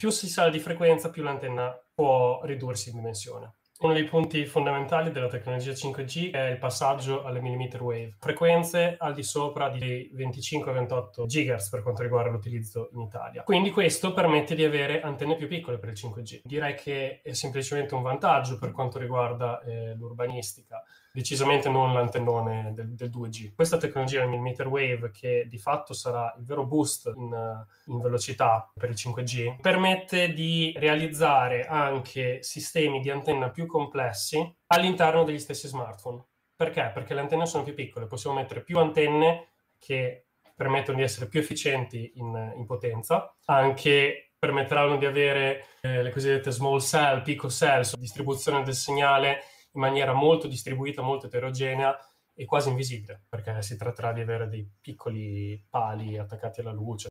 più si sale di frequenza, più l'antenna può ridursi di dimensione. Uno dei punti fondamentali della tecnologia 5G è il passaggio alle millimeter wave, frequenze al di sopra di 25-28 GHz per quanto riguarda l'utilizzo in Italia. Quindi questo permette di avere antenne più piccole per il 5G. Direi che è semplicemente un vantaggio per quanto riguarda l'urbanistica, decisamente non l'antennone del 2G. Questa tecnologia millimeter wave, che di fatto sarà il vero boost in velocità per il 5G, permette di realizzare anche sistemi di antenna più complessi all'interno degli stessi smartphone. Perché? Perché le antenne sono più piccole, possiamo mettere più antenne che permettono di essere più efficienti in potenza, anche permetteranno di avere le cosiddette small cell, picocell, distribuzione del segnale in maniera molto distribuita, molto eterogenea e quasi invisibile, perché si tratterà di avere dei piccoli pali attaccati alla luce.